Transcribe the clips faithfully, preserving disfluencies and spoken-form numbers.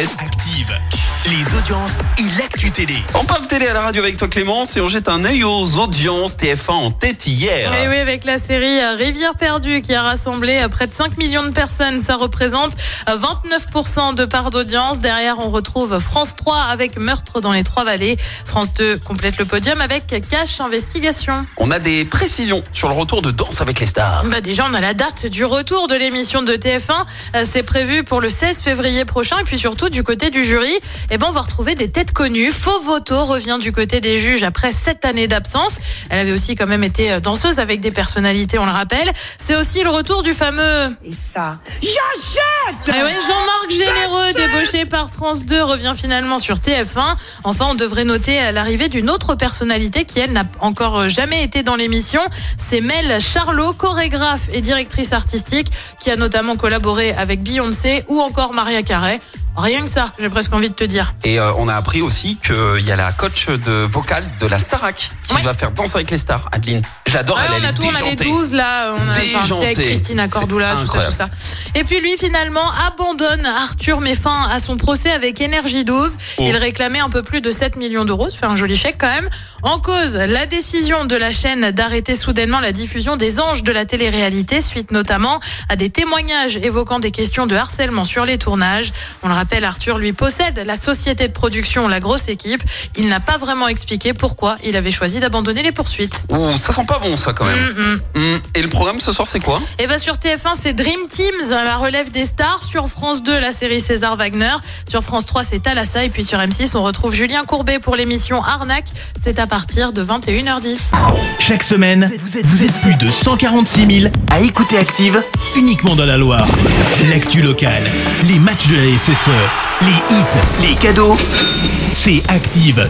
tête. Active les audiences et l'actu télé. On parle télé à la radio avec toi Clémence et on jette un œil aux audiences. T F un en tête hier. Et oui, avec la série Rivière perdue qui a rassemblé près de cinq millions de personnes. Ça représente vingt-neuf pour cent de part d'audience. Derrière, on retrouve France trois avec Meurtre dans les Trois-Vallées. France deux complète le podium avec Cache Investigation. On a des précisions sur le retour de Danse avec les stars. Bah déjà, on a la date du retour de l'émission de T F un. C'est prévu pour le seize février prochain. Et puis surtout, du côté du jury, eh ben, on va retrouver des têtes connues. Faux Voto revient du côté des juges après sept années d'absence. Elle avait aussi quand même été danseuse avec des personnalités, on le rappelle. C'est aussi le retour du fameux... Et ça, j'achète. Eh oui, Jean-Marc Généreux, débauché par France deux, revient finalement sur T F un. Enfin, on devrait noter l'arrivée d'une autre personnalité qui, elle, n'a encore jamais été dans l'émission. C'est Mel Charlot, chorégraphe et directrice artistique, qui a notamment collaboré avec Beyoncé ou encore Mariah Carey. Rien que ça, j'ai presque envie de te dire. Et euh, on a appris aussi qu'il y a la coach de vocale de la Starac qui ouais. va faire Danse avec les stars, Adeline. Je l'adore, ouais, elle, on elle a est tout, déjantée. on a les douze là, on a enfin, avec Christina Cordula, tout ça, tout ça. Et puis lui finalement abandonne. Arthur met fin à son procès avec Énergie douze. Oh. Il réclamait un peu plus de sept millions d'euros, ça fait un joli chèque quand même. En cause, la décision de la chaîne d'arrêter soudainement la diffusion des Anges de la télé-réalité, suite notamment à des témoignages évoquant des questions de harcèlement sur les tournages. On le rappelle, Arthur lui possède la société de production La Grosse Équipe. Il n'a pas vraiment expliqué pourquoi il avait choisi d'abandonner les poursuites. Oh, ça sent pas bon ça quand même. Mm-hmm. Mm. Et le programme ce soir c'est quoi? Eh ben sur T F un c'est Dream Teams, la relève des stars. Sur France deux la série César Wagner. Sur France trois c'est Thalassa. Et puis sur M six on retrouve Julien Courbet pour l'émission Arnaque. C'est à partir de vingt et une heures dix. Chaque semaine, vous êtes, vous êtes plus de cent quarante-six mille à écouter Active uniquement dans la Loire. L'actu locale, les matchs de la S S E, les hits, les cadeaux, c'est Active.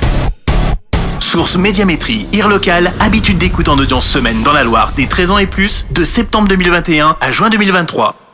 Source Médiamétrie, I R local, habitude d'écoute en audience semaine dans la Loire des treize ans et plus, de septembre deux mille vingt et un à juin deux mille vingt-trois.